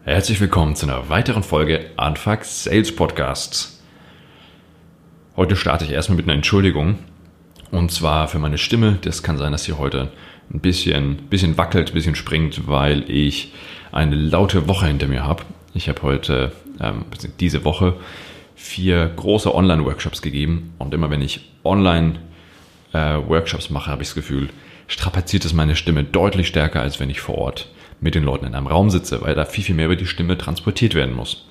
Herzlich willkommen zu einer weiteren Folge Unfuck Sales Podcasts. Heute starte ich erstmal mit einer Entschuldigung. Und zwar für meine Stimme. Das kann sein, dass sie heute ein bisschen wackelt, ein bisschen springt, weil ich eine laute Woche hinter mir habe. Ich habe heute, diese Woche, 4 große Online-Workshops gegeben. Und immer wenn ich Online-Workshops mache, habe ich das Gefühl, strapaziert es meine Stimme deutlich stärker, als wenn ich vor Ort mit den Leuten in einem Raum sitze, weil da viel mehr über die Stimme transportiert werden muss.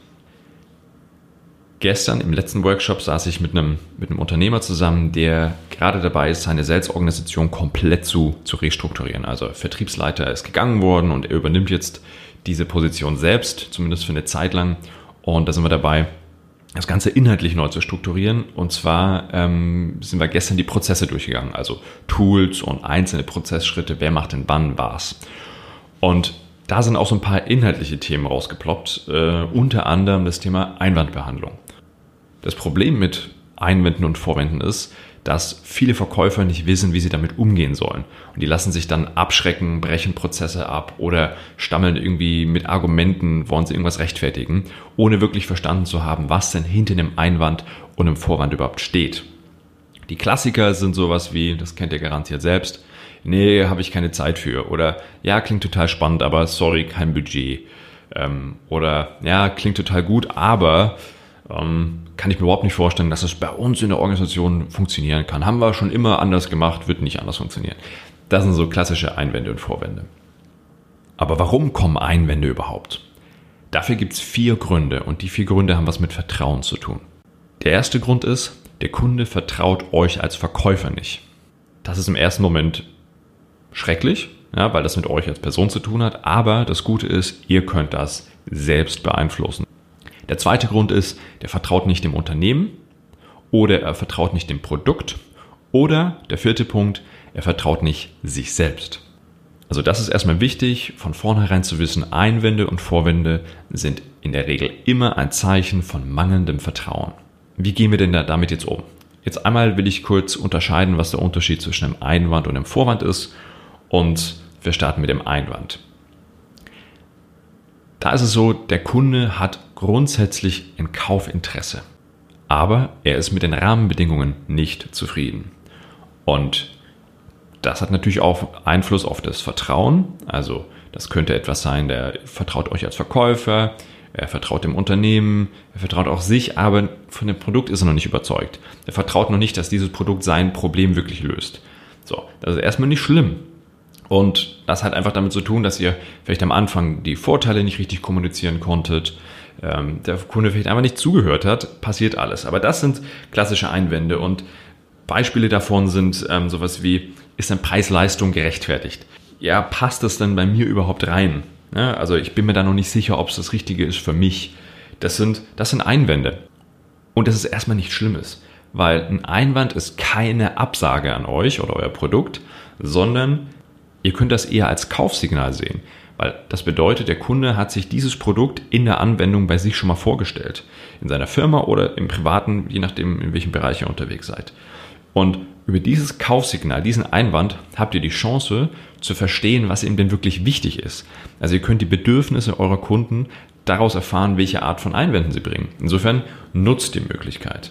Gestern im letzten Workshop saß ich mit einem Unternehmer zusammen, der gerade dabei ist, seine Sales-Organisation komplett zu restrukturieren. Also Vertriebsleiter ist gegangen worden und er übernimmt jetzt diese Position selbst, zumindest für eine Zeit lang. Und da sind wir dabei, das Ganze inhaltlich neu zu strukturieren. Und zwar sind wir gestern die Prozesse durchgegangen, also Tools und einzelne Prozessschritte, wer macht denn wann was. Und da sind auch so ein paar inhaltliche Themen rausgeploppt, unter anderem das Thema Einwandbehandlung. Das Problem mit Einwänden und Vorwänden ist, dass viele Verkäufer nicht wissen, wie sie damit umgehen sollen. Und die lassen sich dann abschrecken, brechen Prozesse ab oder stammeln irgendwie mit Argumenten, wollen sie irgendwas rechtfertigen, ohne wirklich verstanden zu haben, was denn hinter einem Einwand und einem Vorwand überhaupt steht. Die Klassiker sind sowas wie, das kennt ihr garantiert selbst, nee, habe ich keine Zeit für. Oder ja, klingt total spannend, aber sorry, kein Budget. Oder ja, klingt total gut, aber kann ich mir überhaupt nicht vorstellen, dass es bei uns in der Organisation funktionieren kann. Haben wir schon immer anders gemacht, wird nicht anders funktionieren. Das sind so klassische Einwände und Vorwände. Aber warum kommen Einwände überhaupt? Dafür gibt es 4 Gründe und die 4 Gründe haben was mit Vertrauen zu tun. Der erste Grund ist, der Kunde vertraut euch als Verkäufer nicht. Das ist im ersten Moment schrecklich, ja, weil das mit euch als Person zu tun hat, aber das Gute ist, ihr könnt das selbst beeinflussen. Der zweite Grund ist, der vertraut nicht dem Unternehmen oder er vertraut nicht dem Produkt oder der vierte Punkt, er vertraut nicht sich selbst. Also das ist erstmal wichtig, von vornherein zu wissen, Einwände und Vorwände sind in der Regel immer ein Zeichen von mangelndem Vertrauen. Wie gehen wir denn damit jetzt um? Jetzt einmal will ich kurz unterscheiden, was der Unterschied zwischen einem Einwand und einem Vorwand ist. Und wir starten mit dem Einwand. Da ist es so, der Kunde hat grundsätzlich ein Kaufinteresse, aber er ist mit den Rahmenbedingungen nicht zufrieden. Und das hat natürlich auch Einfluss auf das Vertrauen. Also das könnte etwas sein, der vertraut euch als Verkäufer, er vertraut dem Unternehmen, er vertraut auch sich, aber von dem Produkt ist er noch nicht überzeugt. Er vertraut noch nicht, dass dieses Produkt sein Problem wirklich löst. So, das ist erstmal nicht schlimm. Und das hat einfach damit zu tun, dass ihr vielleicht am Anfang die Vorteile nicht richtig kommunizieren konntet, der Kunde vielleicht einfach nicht zugehört hat, passiert alles. Aber das sind klassische Einwände und Beispiele davon sind sowas wie, ist denn Preis-Leistung gerechtfertigt? Ja, passt das denn bei mir überhaupt rein? Ja, also ich bin mir da noch nicht sicher, ob es das Richtige ist für mich. Das sind Einwände. Und das ist erstmal nichts Schlimmes, weil ein Einwand ist keine Absage an euch oder euer Produkt, sondern ihr könnt das eher als Kaufsignal sehen, weil das bedeutet, der Kunde hat sich dieses Produkt in der Anwendung bei sich schon mal vorgestellt. In seiner Firma oder im Privaten, je nachdem, in welchem Bereich ihr unterwegs seid. Und über dieses Kaufsignal, diesen Einwand, habt ihr die Chance zu verstehen, was ihm denn wirklich wichtig ist. Also ihr könnt die Bedürfnisse eurer Kunden daraus erfahren, welche Art von Einwänden sie bringen. Insofern nutzt die Möglichkeit.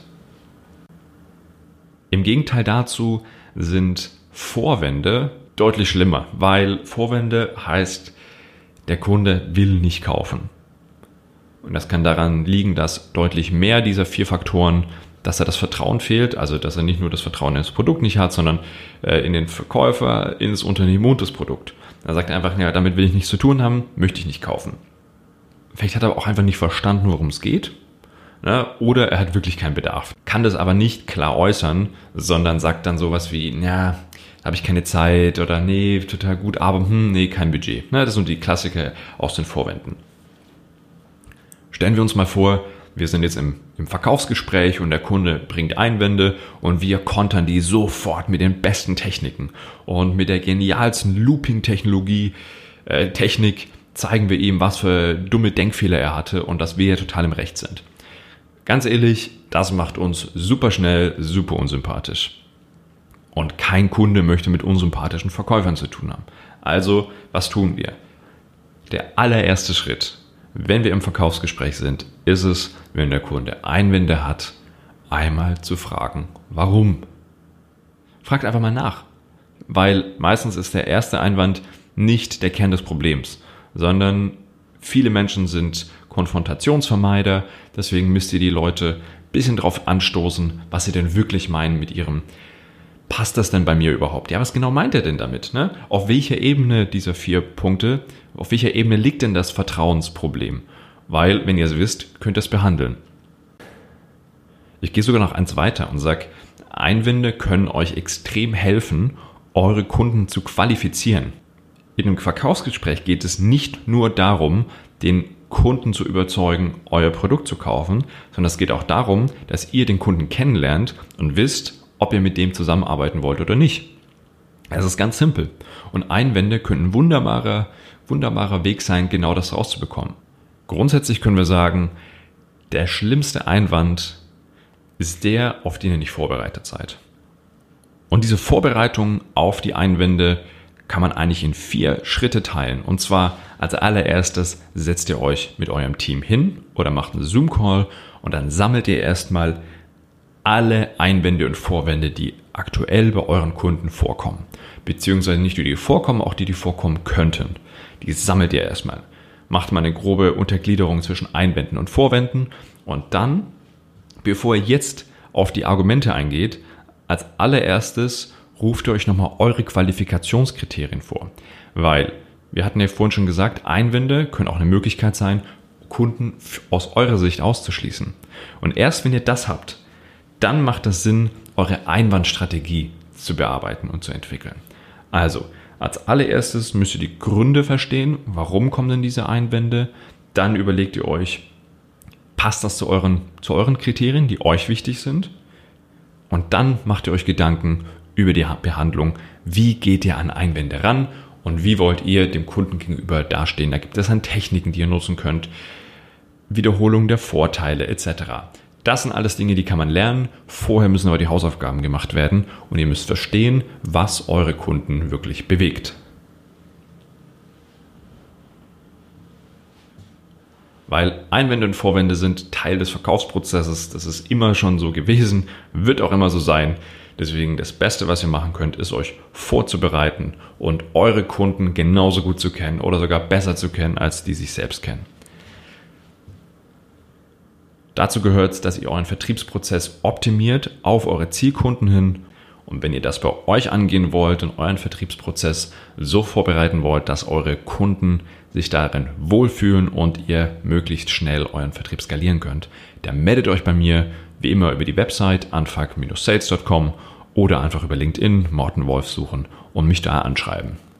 Im Gegenteil dazu sind Vorwände deutlich schlimmer, weil Vorwände heißt, der Kunde will nicht kaufen. Und das kann daran liegen, dass deutlich mehr dieser 4 Faktoren, dass er das Vertrauen fehlt, also dass er nicht nur das Vertrauen in das Produkt nicht hat, sondern in den Verkäufer, in das Unternehmen und das Produkt. Er sagt einfach, ja, damit will ich nichts zu tun haben, möchte ich nicht kaufen. Vielleicht hat er aber auch einfach nicht verstanden, worum es geht. Oder er hat wirklich keinen Bedarf. Kann das aber nicht klar äußern, sondern sagt dann sowas wie, ja, habe ich keine Zeit oder nee, total gut, aber nee, kein Budget. Das sind die Klassiker aus den Vorwänden. Stellen wir uns mal vor, wir sind jetzt im Verkaufsgespräch und der Kunde bringt Einwände und wir kontern die sofort mit den besten Techniken. Und mit der genialsten Looping-Technik zeigen wir ihm, was für dumme Denkfehler er hatte und dass wir total im Recht sind. Ganz ehrlich, das macht uns super schnell, super unsympathisch. Und kein Kunde möchte mit unsympathischen Verkäufern zu tun haben. Also, was tun wir? Der allererste Schritt, wenn wir im Verkaufsgespräch sind, ist es, wenn der Kunde Einwände hat, einmal zu fragen, warum? Fragt einfach mal nach, weil meistens ist der erste Einwand nicht der Kern des Problems, sondern viele Menschen sind Konfrontationsvermeider, deswegen müsst ihr die Leute ein bisschen drauf anstoßen, was sie denn wirklich meinen mit ihrem passt das denn bei mir überhaupt? Ja, was genau meint er denn damit? Ne? Auf welcher Ebene dieser 4 Punkte, auf welcher Ebene liegt denn das Vertrauensproblem? Weil, wenn ihr es wisst, könnt ihr es behandeln. Ich gehe sogar noch eins weiter und sage, Einwände können euch extrem helfen, eure Kunden zu qualifizieren. In einem Verkaufsgespräch geht es nicht nur darum, den Kunden zu überzeugen, euer Produkt zu kaufen, sondern es geht auch darum, dass ihr den Kunden kennenlernt und wisst, ob ihr mit dem zusammenarbeiten wollt oder nicht. Es ist ganz simpel. Und Einwände können ein wunderbarer Weg sein, genau das rauszubekommen. Grundsätzlich können wir sagen, der schlimmste Einwand ist der, auf den ihr nicht vorbereitet seid. Und diese Vorbereitung auf die Einwände kann man eigentlich in 4 Schritte teilen. Und zwar als allererstes setzt ihr euch mit eurem Team hin oder macht einen Zoom-Call und dann sammelt ihr erstmal alle Einwände und Vorwände, die aktuell bei euren Kunden vorkommen. Beziehungsweise nicht nur die vorkommen, auch die vorkommen könnten. Die sammelt ihr erstmal. Macht mal eine grobe Untergliederung zwischen Einwänden und Vorwänden. Und dann, bevor ihr jetzt auf die Argumente eingeht, als allererstes ruft ihr euch nochmal eure Qualifikationskriterien vor. Weil, wir hatten ja vorhin schon gesagt, Einwände können auch eine Möglichkeit sein, Kunden aus eurer Sicht auszuschließen. Und erst wenn ihr das habt, dann macht es Sinn, eure Einwandstrategie zu bearbeiten und zu entwickeln. Also, als allererstes müsst ihr die Gründe verstehen, warum kommen denn diese Einwände. Dann überlegt ihr euch, passt das zu euren Kriterien, die euch wichtig sind? Und dann macht ihr euch Gedanken über die Behandlung, wie geht ihr an Einwände ran und wie wollt ihr dem Kunden gegenüber dastehen. Da gibt es dann Techniken, die ihr nutzen könnt, Wiederholung der Vorteile etc. Das sind alles Dinge, die kann man lernen. Vorher müssen aber die Hausaufgaben gemacht werden und ihr müsst verstehen, was eure Kunden wirklich bewegt. Weil Einwände und Vorwände sind Teil des Verkaufsprozesses. Das ist immer schon so gewesen, wird auch immer so sein. Deswegen das Beste, was ihr machen könnt, ist euch vorzubereiten und eure Kunden genauso gut zu kennen oder sogar besser zu kennen, als die sich selbst kennen. Dazu gehört es, dass ihr euren Vertriebsprozess optimiert auf eure Zielkunden hin. Und wenn ihr das bei euch angehen wollt und euren Vertriebsprozess so vorbereiten wollt, dass eure Kunden sich darin wohlfühlen und ihr möglichst schnell euren Vertrieb skalieren könnt, dann meldet euch bei mir wie immer über die Website anfuck-sales.com oder einfach über LinkedIn Morten Wolf suchen und mich da anschreiben.